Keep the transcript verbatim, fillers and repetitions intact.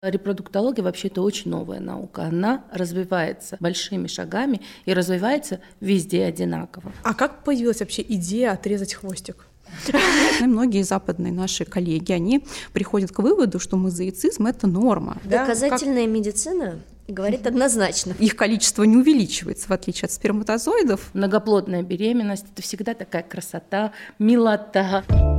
Репродуктология вообще это очень новая наука. Она развивается большими шагами и развивается везде одинаково. А как появилась вообще идея отрезать хвостик? И многие западные наши коллеги, они приходят к выводу, что мезоицизм – это норма. Доказательная как... медицина говорит однозначно. Их количество не увеличивается, в отличие от сперматозоидов. Многоплодная беременность – это всегда такая красота, милота.